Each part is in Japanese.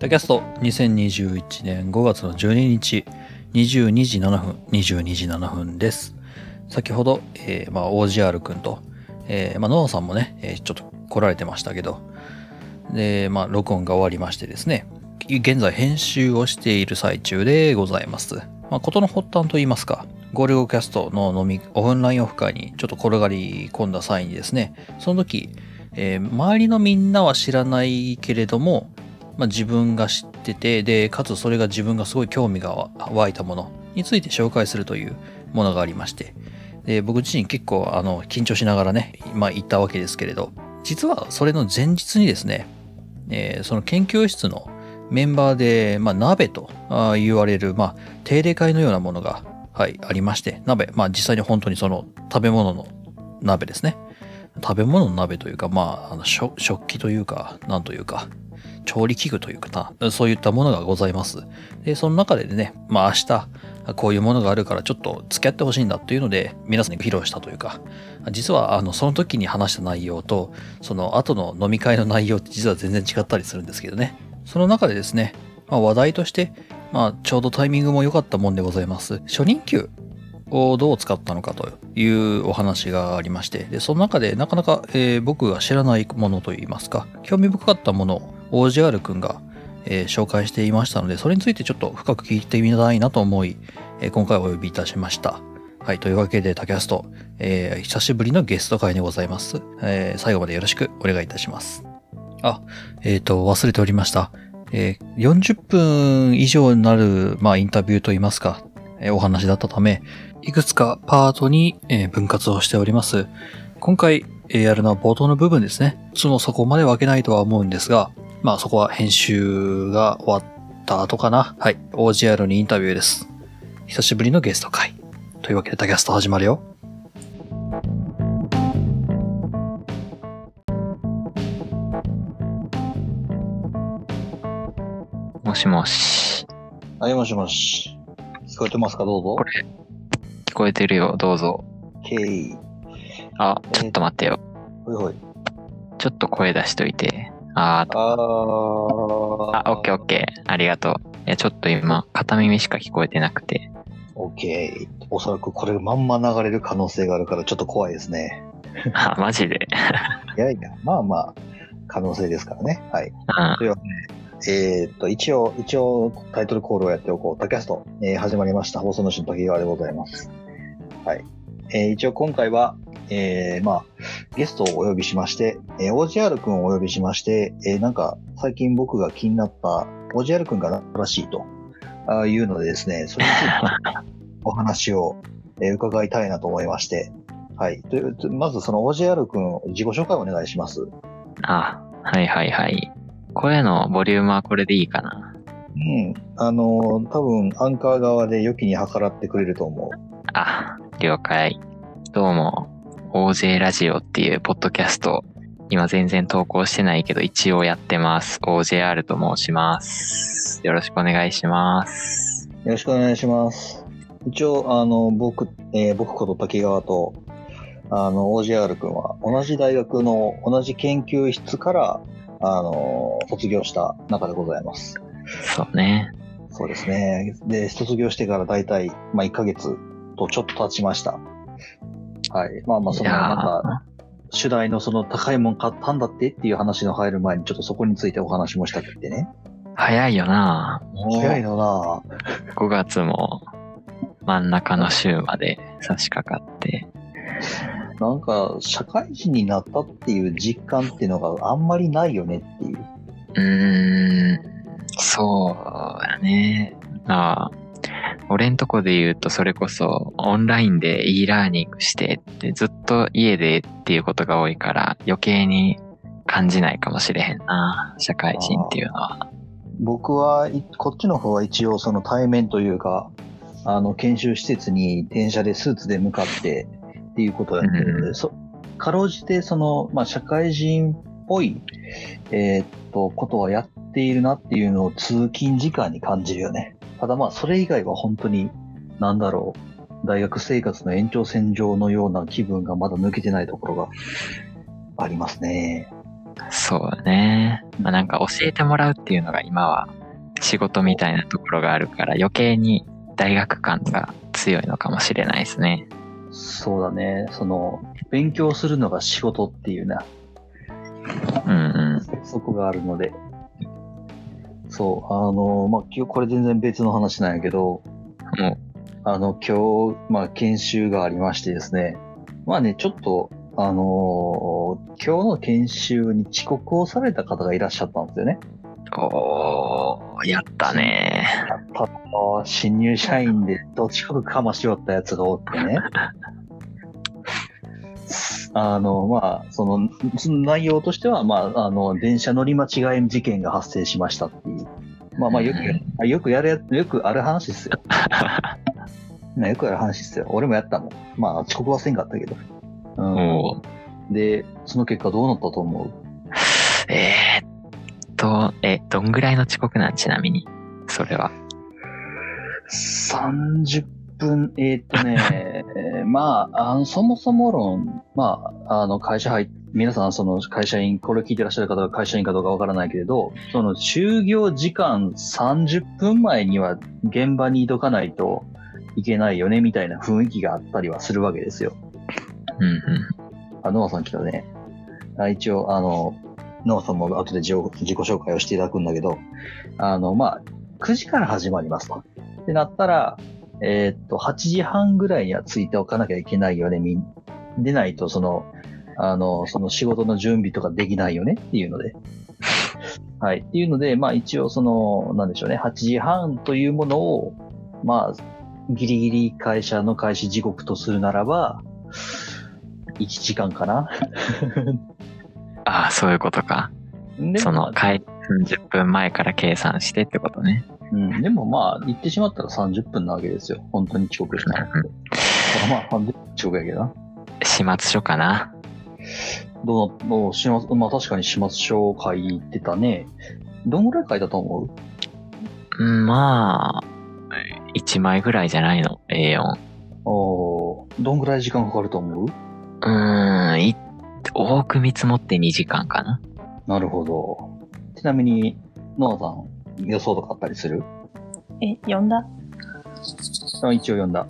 タキャスト2021年5月の12日22時7分22時7分です。先ほど、OGR 君と、ノアさんもね、ちょっと来られてましたけど、で、録音が終わりましてですね、現在編集をしている最中でございます。事の発端といいますか、ゴルゴキャストのオンラインオフ会にちょっと転がり込んだ際にですね、その時、周りのみんなは知らないけれども、自分が知ってて、で、かつそれが自分がすごい興味が湧いたものについて紹介するというものがありまして、で、僕自身結構緊張しながらね、行ったわけですけれど、実はそれの前日にですね、その研究室のメンバーで、鍋と言われる、定例会のようなものが、ありまして、鍋、実際に本当にその食べ物の鍋ですね。食べ物の鍋というか、食器というか、なんというか、調理器具というかな、そういったものがございます。で、その中でね、明日、こういうものがあるからちょっと付き合ってほしいんだっていうので、皆さんに披露したというか、実はその時に話した内容と、その後の飲み会の内容って実は全然違ったりするんですけどね。その中でですね、話題として、ちょうどタイミングも良かったもんでございます。初任給をどう使ったのかというお話がありまして、で、その中でなかなか、僕が知らないものといいますか、興味深かったものを OGR 君が、紹介していましたので、それについてちょっと深く聞いてみたいなと思い、今回お呼びいたしました。はい、というわけで、タキャスト、久しぶりのゲスト会でございます。最後までよろしくお願いいたします。忘れておりました。40分以上になる、インタビューといいますか、お話だったため、いくつかパートに、分割をしております。今回、やるのは冒頭の部分ですね。そこまで分けないとは思うんですが、そこは編集が終わった後かな。はい。OGR にインタビューです。久しぶりのゲスト会。というわけで、タキャスト始まるよ。 もしもし。 はい、もしもし。聞こえてますか？どうぞ。 これ、聞こえてるよ。どうぞ。 ちょっと待ってよ。ちょっと声出しといて。オッケーオッケー。ありがとう。いや、ちょっと今、片耳しか聞こえてなくて。 オッケー。おそらくこれまんま流れる可能性があるからちょっと怖いですね。 マジで。 いや、可能性ですからね。はい。というわけで、一応タイトルコールをやっておこう。タキャスト、始まりました。放送主の滝川でございます。はい。一応今回は、ゲストをお呼びしまして、OGR 君をお呼びしまして、最近僕が気になった OGR 君がらしいというのでですね、それについてお話を、伺いたいなと思いまして、はい。まずその OGR 君、自己紹介をお願いします。 はいはいはい。声のボリュームはこれでいいかな。 多分アンカー側で良きに計らってくれると思う。 了解。どうも、OJ ラジオっていうポッドキャスト、今全然投稿してないけど一応やってます。OJR と申します。よろしくお願いします。 よろしくお願いします。一応、僕こと滝川と、OGR 君は同じ大学の同じ研究室から、卒業した中でございます。 そうね。 そうですね。で、卒業してからだいたい、1ヶ月とちょっと経ちました。はい。主題のその高いもん買ったんだっていう話の入る前にちょっとそこについてお話もしたくてね。 早いよな。 早いのな。 5月も真ん中の週まで差し掛かって。 社会人になったっていう実感っていうのがあんまりないよねっていう。 そうだね。俺んとこで言うとそれこそオンラインで e ラーニングしてってずっと家でっていうことが多いから余計に感じないかもしれへんな。社会人っていうのは。 僕はこっちの方は一応その対面というか、研修施設に電車でスーツで向かってっていうことをやってるので、かろうじてその、社会人っぽい、ことはやっているなっていうのを通勤時間に感じるよね。ただそれ以外は本当に、大学生活の延長線上のような気分がまだ抜けてないところがありますね。 そそうだね。まあなんか教えてもらうっていうのが今は仕事みたいなところがあるから余計に大学感が強いのかもしれないですね。 そうだね。勉強するのが仕事っていうな、 うんそこがあるので。そう、まあ、今日これ全然別の話なんやけど、 うん。も今日、まあ、研修がありましてですね。まあね、ちょっと、今日の研修に遅刻をされた方がいらっしゃったんですよね。 う、やったね。 新入社員でどっちかくかましよったやつがおってね。まあ、その内容としては、まあ、電車乗り間違い事件が発生しましたっていう。まあ、よくある話ですよ。よくある話ですよ。俺もやったもん。まあ、遅刻はせんかったけど。で、その結果どうなったと思う？ どんぐらいの遅刻なんちなみに、それは。 30分、まあ、そもそも論、まあ、皆さん、会社員、これ聞いてらっしゃる方が会社員かどうかわからないけれど、就業時間30分前には現場にいとかないといけないよね、みたいな雰囲気があったりはするわけですよ。ノアさん来たね。一応、ノアさんも後で自己紹介をしていただくんだけど、まあ、9時から始まりますと。ってなったら、8時半ぐらいには着いておかなきゃいけないよね、でないと、その仕事の準備とかできないよねっていうので。はい。っていうので、まあ一応なんでしょうね、8時半というものを、まあ、ギリギリ会社の開始時刻とするならば、1時間かな。 ああ、そういうことか。30分前から計算してってことね。 でもまあ、言ってしまったら30分なわけですよ。本当に遅刻したのって。まあ、30分遅刻やけどな。 始末書かな。 まあ確かに始末書を書いてたね。どんぐらい書いたと思う？まあ、1枚ぐらいじゃないの？ A4。 どんぐらい時間かかると思う？ 多く見積もって2時間かな。 なるほど。ちなみに、ノアさん、予想とかあったりする？ 読んだ？ 一応読んだ。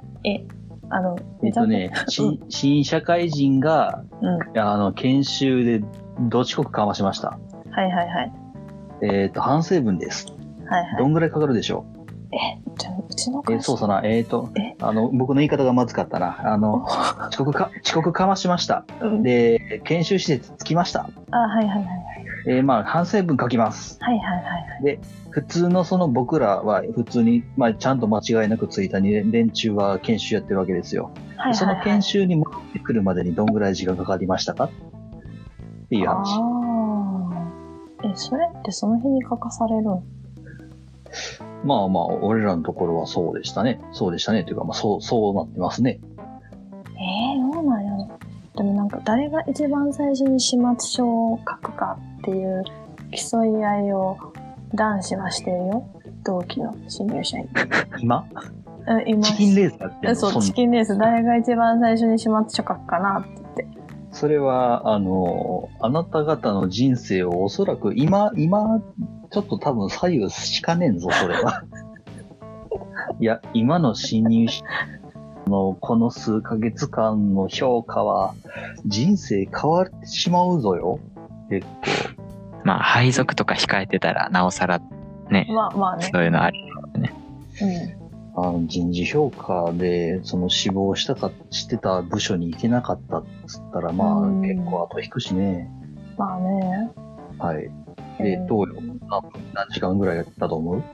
新社会人が、研修でどっちこくかましました。 はいはいはい。 反省文です。 はいはい。 どんぐらいかかるでしょう？ じゃあうちの会社。 そうさな、僕の言い方がまずかったな。遅刻かましました。で、研修施設着きました。 はいはいはい。 まあ、反省文書きます。 はいはいはい。 で、普通の僕らは普通に、まあ、ちゃんと間違いなくついた連中は研修やってるわけですよ。その研修に戻ってくるまでにどんぐらい時間かかりましたかっていう話。 それってその日に書かされるん？ まあまあ、俺らのところはそうでしたね。そうでしたね。というか、まあ、そうなってますね。 どうなんやろ。でもなんか、誰が一番最初に始末書を書くかっていう競い合いを男子はしてるよ。同期の新入社員。 今チキンレースやってんの？ そう、チキンレース。誰が一番最初に始末書書くかなって言って。 それは、あなた方の人生をおそらく今、ちょっと多分左右しかねえんぞ、それは。いや、今の新入社のこの数ヶ月間の評価は、人生変わってしまうぞよ。結構。 まあ、配属とか控えてたら、なおさらね。 まあね。 そういうのあるよね。 人事評価で、死亡してた部署に行けなかったっつったら、まあ、結構後引くしね。 まあね。 はい。で、どうよ？何時間ぐらいやったと思う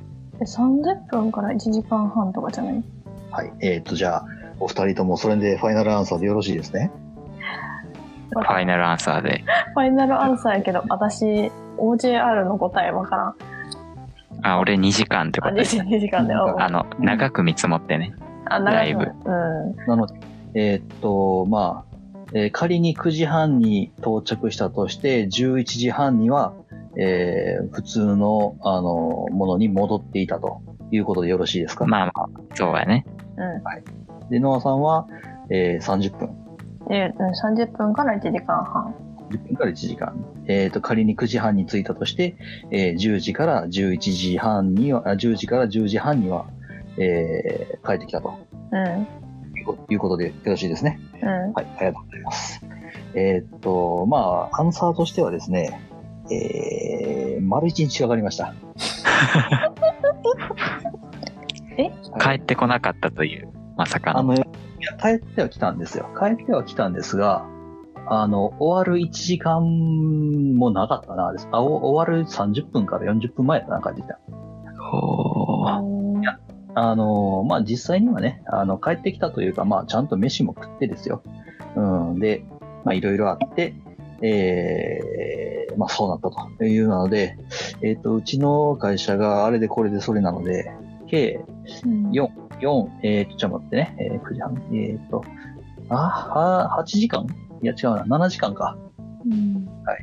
？30分から1時間半とかじゃない？ はい。じゃあ、お二人ともそれでファイナルアンサーでよろしいですね？ ファイナルアンサーで。 ファイナルアンサーやけど、私、OJR の答えわからん。 俺2時間ってことです。 2時間で。 長く見積もってね。だいぶ。 なので、まあ、仮に9時半に到着したとして、11時半には、普通の、ものに戻っていたということでよろしいですか？ まあまあ、そうやね。 はい。で、ノアさんは、30分。 30分から1時間半。 10分から1時間。仮に9時半に着いたとして、10時から11時半には、10時から10時半には、帰ってきたと。いうことでよろしいですね。はい、ありがとうございます。まあ、アンサーとしてはですね、丸1日かかりました。 帰ってこなかったという、まさかの。 いや、帰っては来たんですよ。帰っては来たんですが、終わる1時間もなかったな。終わる30分から40分前だな、帰ってきた。いや、まあ、実際にはね、帰ってきたというか、まあ、ちゃんと飯も食ってですよ。で、まあ、いろいろあって、まあ、そうなったというので、うちの会社があれでこれでそれなので、計4、ちょっと待ってね、9時半、8時間いや違うな、7時間か。はい。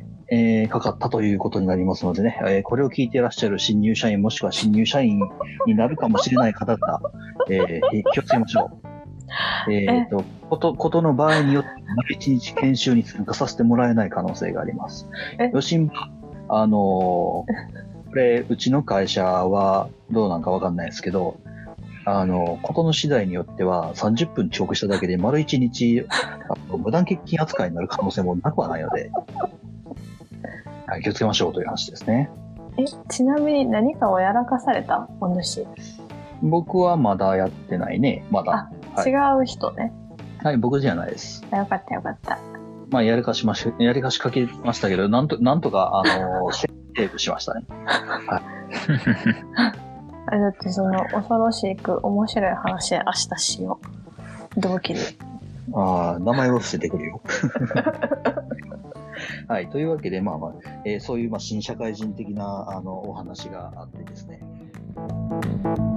かかったということになりますのでね、これを聞いていらっしゃる新入社員もしくは新入社員になるかもしれない方々、気をつけましょう。ことの場合によって、丸1日研修に参加させてもらえない可能性があります。よしんば、これ、うちの会社はどうなんかわかんないですけど、ことの次第によっては30分遅刻しただけで丸1日無断欠勤扱いになる可能性もなくはないので、はい、気をつけましょうという話ですね。 ちなみに何かをやらかされたお主？ 僕はまだやってないね。まだ。 はい、違う人ね。 はい、僕じゃないです。 よかったよかった。 まあやりかしかけましたけど、なんとかセーブしましたね。はい。 だってその恐ろしく面白い話明日しよう。同期で。 名前を伏せてくるよ。はい。というわけで、まあまあ、そういう新社会人的なお話があってですね。